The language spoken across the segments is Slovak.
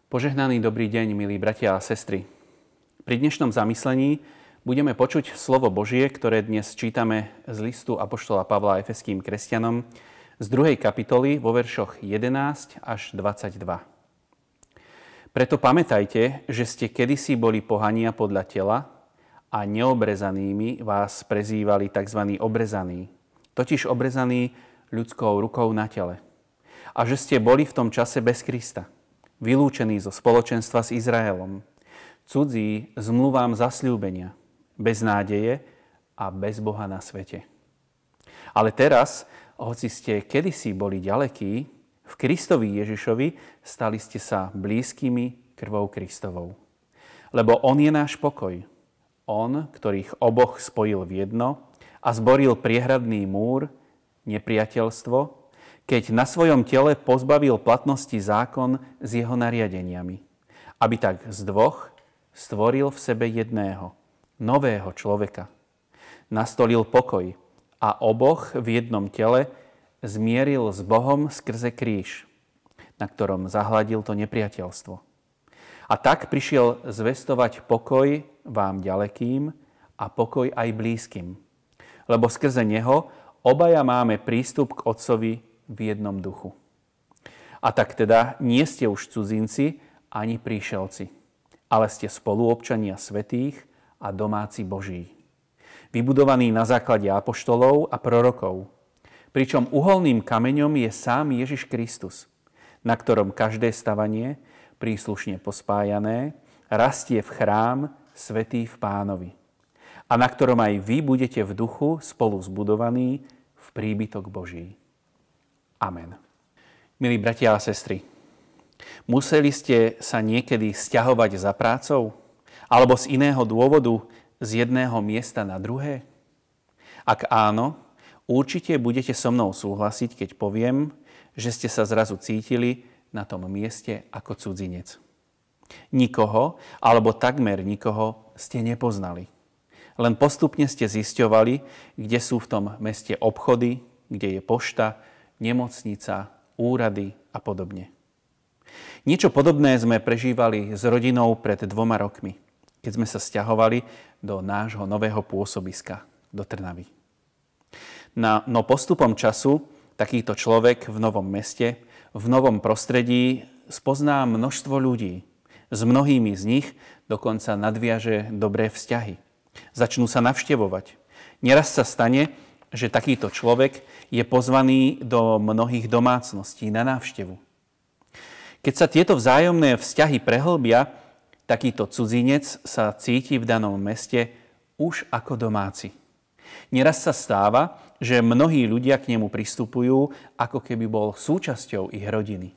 Požehnaný dobrý deň, milí bratia a sestry. Pri dnešnom zamyslení budeme počuť slovo Božie, ktoré dnes čítame z listu apoštola Pavla efeským kresťanom z 2. kapitoly vo veršoch 11 až 22. Preto pamätajte, že ste kedysi boli pohania podľa tela a neobrezanými vás prezývali tzv. Obrezaní, totiž obrezaní ľudskou rukou na tele. A že ste boli v tom čase bez Krista, vylúčení zo spoločenstva s Izraelom, cudzí zmluvám zasľúbenia, bez nádeje a bez Boha na svete. Ale teraz, hoci ste kedysi boli ďalekí, v Kristovi Ježišovi stali ste sa blízkymi krvou Kristovou. Lebo On je náš pokoj. On, ktorých oboch spojil v jedno a zboril priehradný múr, nepriateľstvo, keď na svojom tele pozbavil platnosti zákon s jeho nariadeniami, aby tak z dvoch stvoril v sebe jedného, nového človeka. Nastolil pokoj a oboch v jednom tele zmieril s Bohom skrze kríž, na ktorom zahladil to nepriateľstvo. A tak prišiel zvestovať pokoj vám ďalekým a pokoj aj blízkym, lebo skrze neho obaja máme prístup k Otcovi v jednom duchu. A tak teda nie ste už cudzinci ani príšelci, ale ste spoluobčania svätých a domáci Boží, vybudovaní na základe apoštolov a prorokov, pričom uholným kameňom je sám Ježiš Kristus, na ktorom každé stavanie, príslušne pospájané, rastie v chrám svätý v Pánovi, a na ktorom aj vy budete v duchu spolu zbudovaní v príbytok Boží. Amen. Milí bratia a sestry, museli ste sa niekedy sťahovať za prácou? Alebo z iného dôvodu z jedného miesta na druhé? Ak áno, určite budete so mnou súhlasiť, keď poviem, že ste sa zrazu cítili na tom mieste ako cudzinec. Nikoho, alebo takmer nikoho ste nepoznali. Len postupne ste zisťovali, kde sú v tom meste obchody, kde je pošta, nemocnica, úrady a podobne. Niečo podobné sme prežívali s rodinou pred 2 rokmi, keď sme sa sťahovali do nášho nového pôsobiska, do Trnavy. No postupom času takýto človek v novom meste, v novom prostredí spozná množstvo ľudí. S mnohými z nich dokonca nadviaže dobré vzťahy. Začnú sa navštevovať. Neraz sa stane, že takýto človek je pozvaný do mnohých domácností na návštevu. Keď sa tieto vzájomné vzťahy prehlbia, takýto cudzinec sa cíti v danom meste už ako domáci. Neraz sa stáva, že mnohí ľudia k nemu pristupujú, ako keby bol súčasťou ich rodiny.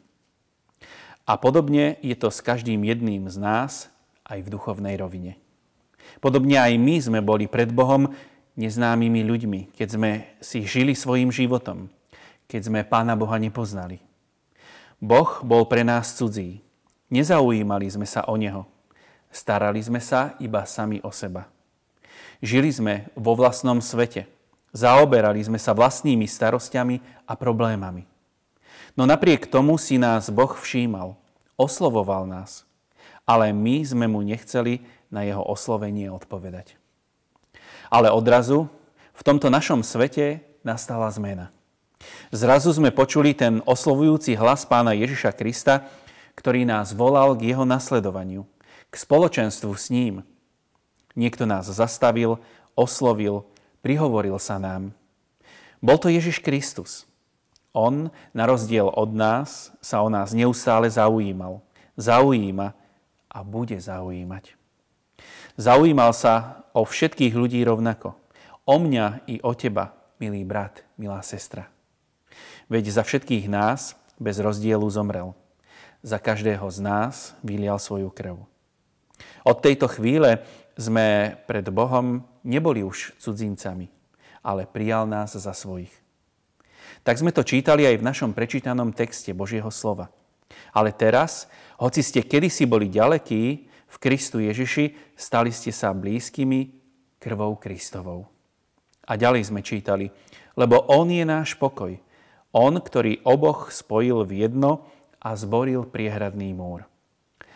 A podobne je to s každým jedným z nás aj v duchovnej rovine. Podobne aj my sme boli pred Bohom neznámymi ľuďmi, keď sme si žili svojim životom, keď sme Pána Boha nepoznali. Boh bol pre nás cudzí. Nezaujímali sme sa o Neho. Starali sme sa iba sami o seba. Žili sme vo vlastnom svete. Zaoberali sme sa vlastnými starosťami a problémami. No napriek tomu si nás Boh všímal. Oslovoval nás. Ale my sme mu nechceli na jeho oslovenie odpovedať. Ale odrazu v tomto našom svete nastala zmena. Zrazu sme počuli ten oslovujúci hlas Pána Ježiša Krista, ktorý nás volal k jeho nasledovaniu, k spoločenstvu s ním. Niekto nás zastavil, oslovil, prihovoril sa nám. Bol to Ježiš Kristus. On, na rozdiel od nás, sa o nás neustále zaujímal. Zaujíma a bude zaujímať. Zaujímal sa o všetkých ľudí rovnako. O mňa i o teba, milý brat, milá sestra. Veď za všetkých nás bez rozdielu zomrel. Za každého z nás vylial svoju krv. Od tejto chvíle sme pred Bohom neboli už cudzincami, ale prijal nás za svojich. Tak sme to čítali aj v našom prečítanom texte Božieho slova. Ale teraz, hoci ste kedysi boli ďalekí, v Kristu Ježiši stali ste sa blízkymi krvou Kristovou. A ďalej sme čítali, lebo On je náš pokoj. On, ktorý oboch spojil v jedno a zboril priehradný múr.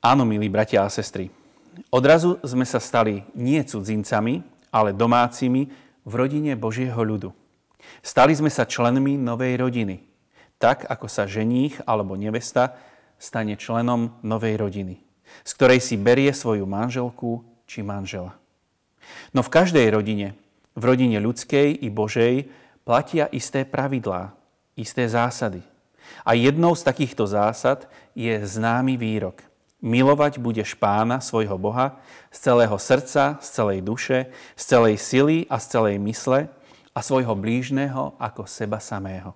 Áno, milí bratia a sestry, odrazu sme sa stali nie cudzincami, ale domácimi v rodine Božieho ľudu. Stali sme sa členmi novej rodiny, tak ako sa ženích alebo nevesta stane členom novej rodiny, z ktorej si berie svoju manželku či manžela. No v každej rodine, v rodine ľudskej i Božej, platia isté pravidlá, isté zásady. A jednou z takýchto zásad je známy výrok. Milovať budeš Pána, svojho Boha, z celého srdca, z celej duše, z celej sily a z celej mysle a svojho blížneho ako seba samého.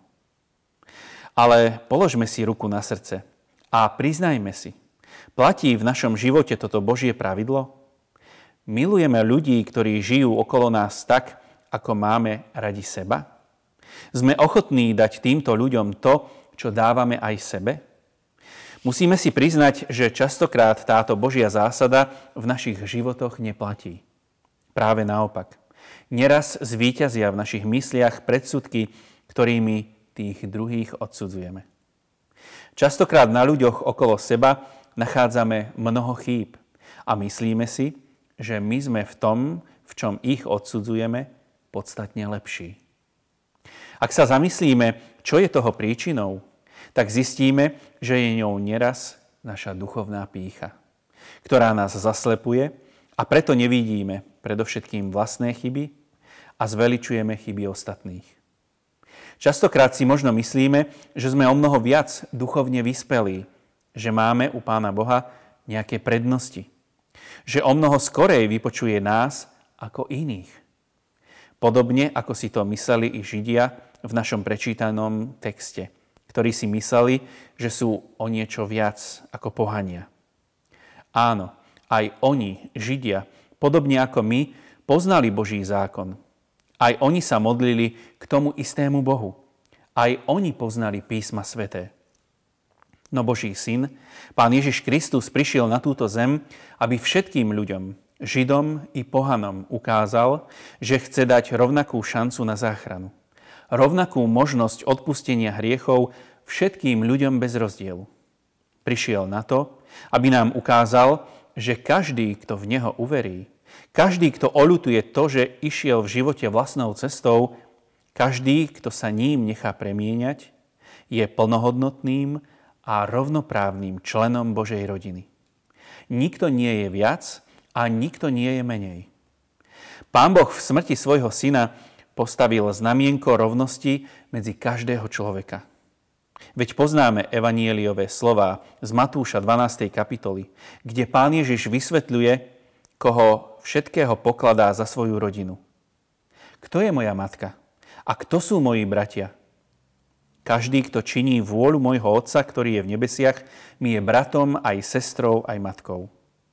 Ale položme si ruku na srdce a priznajme si, platí v našom živote toto Božie pravidlo? Milujeme ľudí, ktorí žijú okolo nás tak, ako máme radi seba? Sme ochotní dať týmto ľuďom to, čo dávame aj sebe? Musíme si priznať, že častokrát táto Božia zásada v našich životoch neplatí. Práve naopak. Neraz zvíťazia v našich mysliach predsudky, ktorými tých druhých odsudzujeme. Častokrát na ľuďoch okolo seba nachádzame mnoho chýb a myslíme si, že my sme v tom, v čom ich odsudzujeme, podstatne lepší. Ak sa zamyslíme, čo je toho príčinou, tak zistíme, že je ňou neraz naša duchovná pýcha, ktorá nás zaslepuje a preto nevidíme predovšetkým vlastné chyby a zveličujeme chyby ostatných. Častokrát si možno myslíme, že sme omnoho viac duchovne vyspelí, že máme u Pána Boha nejaké prednosti, že omnoho skorej vypočuje nás ako iných. Podobne ako si to mysleli i Židia v našom prečítanom texte, ktorí si mysleli, že sú o niečo viac ako pohania. Áno, aj oni, Židia, podobne ako my, poznali Boží zákon. Aj oni sa modlili k tomu istému Bohu. Aj oni poznali písma sväté. No Boží syn, Pán Ježiš Kristus, prišiel na túto zem, aby všetkým ľuďom, Židom i pohanom ukázal, že chce dať rovnakú šancu na záchranu. Rovnakú možnosť odpustenia hriechov všetkým ľuďom bez rozdielu. Prišiel na to, aby nám ukázal, že každý, kto v Neho uverí, každý, kto oľutuje to, že išiel v živote vlastnou cestou, každý, kto sa ním nechá premieňať, je plnohodnotným a rovnoprávnym členom Božej rodiny. Nikto nie je viac a nikto nie je menej. Pán Boh v smrti svojho syna postavil znamienko rovnosti medzi každého človeka. Veď poznáme evanjeliové slová z Matúša 12. kapitoly, kde Pán Ježiš vysvetľuje, koho všetkého pokladá za svoju rodinu. Kto je moja matka? A kto sú moji bratia? Každý, kto činí vôľu môjho Otca, ktorý je v nebesiach, mi je bratom, aj sestrou, aj matkou.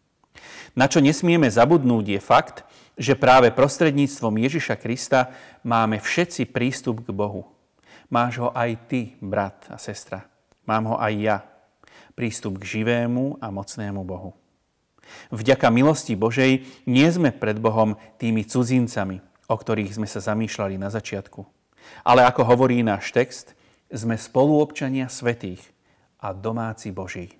Na čo nesmieme zabudnúť je fakt, že práve prostredníctvom Ježiša Krista máme všetci prístup k Bohu. Máš ho aj ty, brat a sestra. Mám ho aj ja. Prístup k živému a mocnému Bohu. Vďaka milosti Božej nie sme pred Bohom tými cudzincami, o ktorých sme sa zamýšľali na začiatku. Ale ako hovorí náš text, sme spoluobčania svätých a domáci Boží.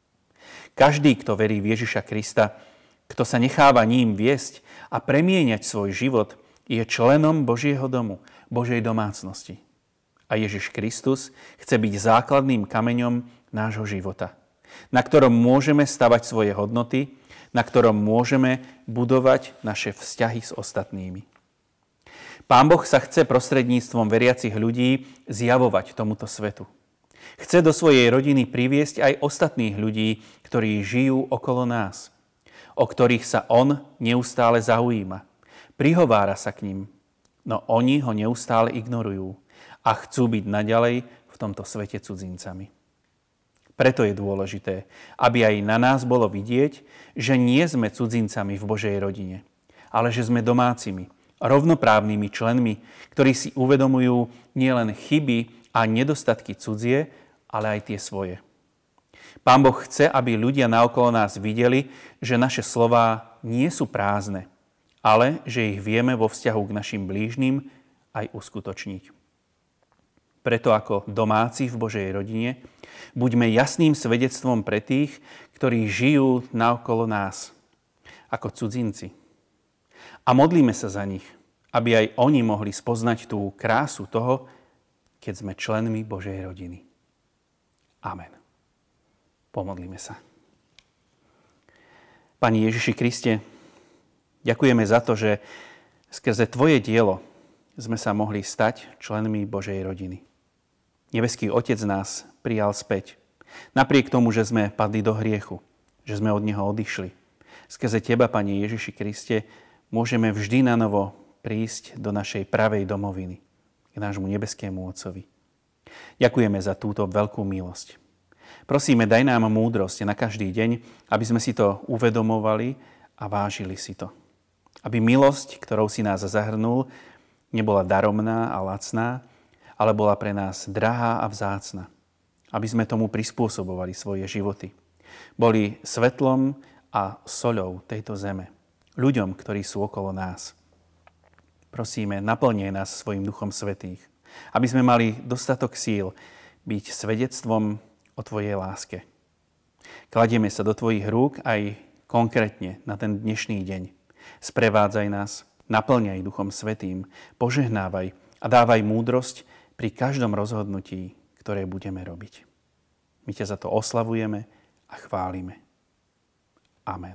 Každý, kto verí v Ježiša Krista, kto sa necháva ním viesť a premieňať svoj život, je členom Božieho domu, Božej domácnosti. A Ježiš Kristus chce byť základným kameňom nášho života, na ktorom môžeme stavať svoje hodnoty, na ktorom môžeme budovať naše vzťahy s ostatnými. Pán Boh sa chce prostredníctvom veriacich ľudí zjavovať tomuto svetu. Chce do svojej rodiny priviesť aj ostatných ľudí, ktorí žijú okolo nás, o ktorých sa on neustále zaujíma. Prihovára sa k ním, no oni ho neustále ignorujú a chcú byť naďalej v tomto svete cudzincami. Preto je dôležité, aby aj na nás bolo vidieť, že nie sme cudzincami v Božej rodine, ale že sme domácimi, rovnoprávnymi členmi, ktorí si uvedomujú nielen chyby a nedostatky cudzie, ale aj tie svoje. Pán Boh chce, aby ľudia naokolo nás videli, že naše slová nie sú prázdne, ale že ich vieme vo vzťahu k našim blížnym aj uskutočniť. Preto ako domáci v Božej rodine Buďme jasným svedectvom pre tých, ktorí žijú naokolo nás, ako cudzinci. A modlíme sa za nich, aby aj oni mohli spoznať tú krásu toho, keď sme členmi Božej rodiny. Amen. Pomodlíme sa. Pani Ježiši Kriste, ďakujeme za to, že skrze Tvoje dielo sme sa mohli stať členmi Božej rodiny. Nebeský Otec nás prijal späť. Napriek tomu, že sme padli do hriechu, že sme od Neho odišli. Skrze Teba, Pane Ježiši Kriste, môžeme vždy na novo prísť do našej pravej domoviny, k nášmu nebeskému Otcovi. Ďakujeme za túto veľkú milosť. Prosíme, daj nám múdrosť na každý deň, aby sme si to uvedomovali a vážili si to. Aby milosť, ktorou si nás zahrnul, nebola daromná a lacná, ale bola pre nás drahá a vzácna. Aby sme tomu prispôsobovali svoje životy. Boli svetlom a soľou tejto zeme. Ľuďom, ktorí sú okolo nás. Prosíme, naplňaj nás svojim Duchom Svätých. Aby sme mali dostatok síl byť svedectvom o Tvojej láske. Kladieme sa do Tvojich rúk aj konkrétne na ten dnešný deň. Sprevádzaj nás, naplňaj Duchom Svätým, požehnávaj a dávaj múdrosť pri každom rozhodnutí, ktoré budeme robiť. My ťa za to oslavujeme a chválime. Amen.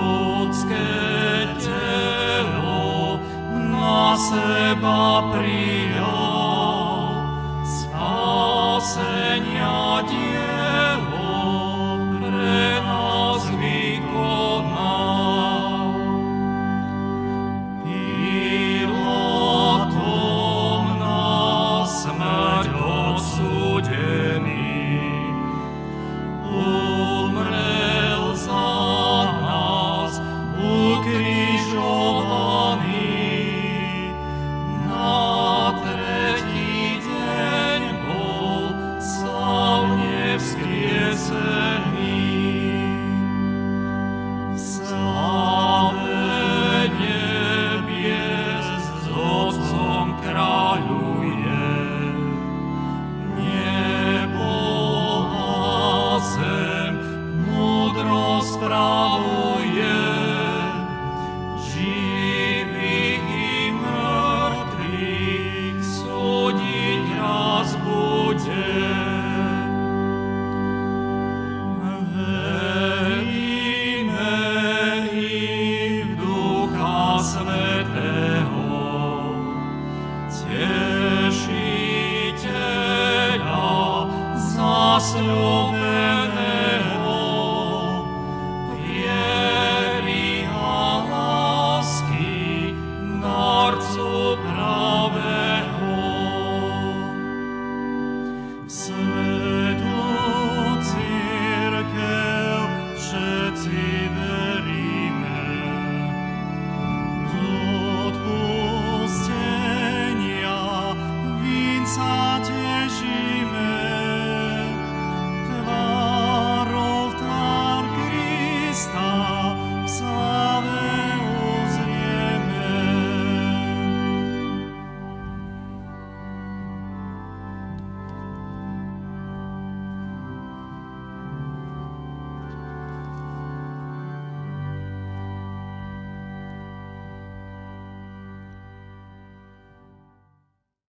Seba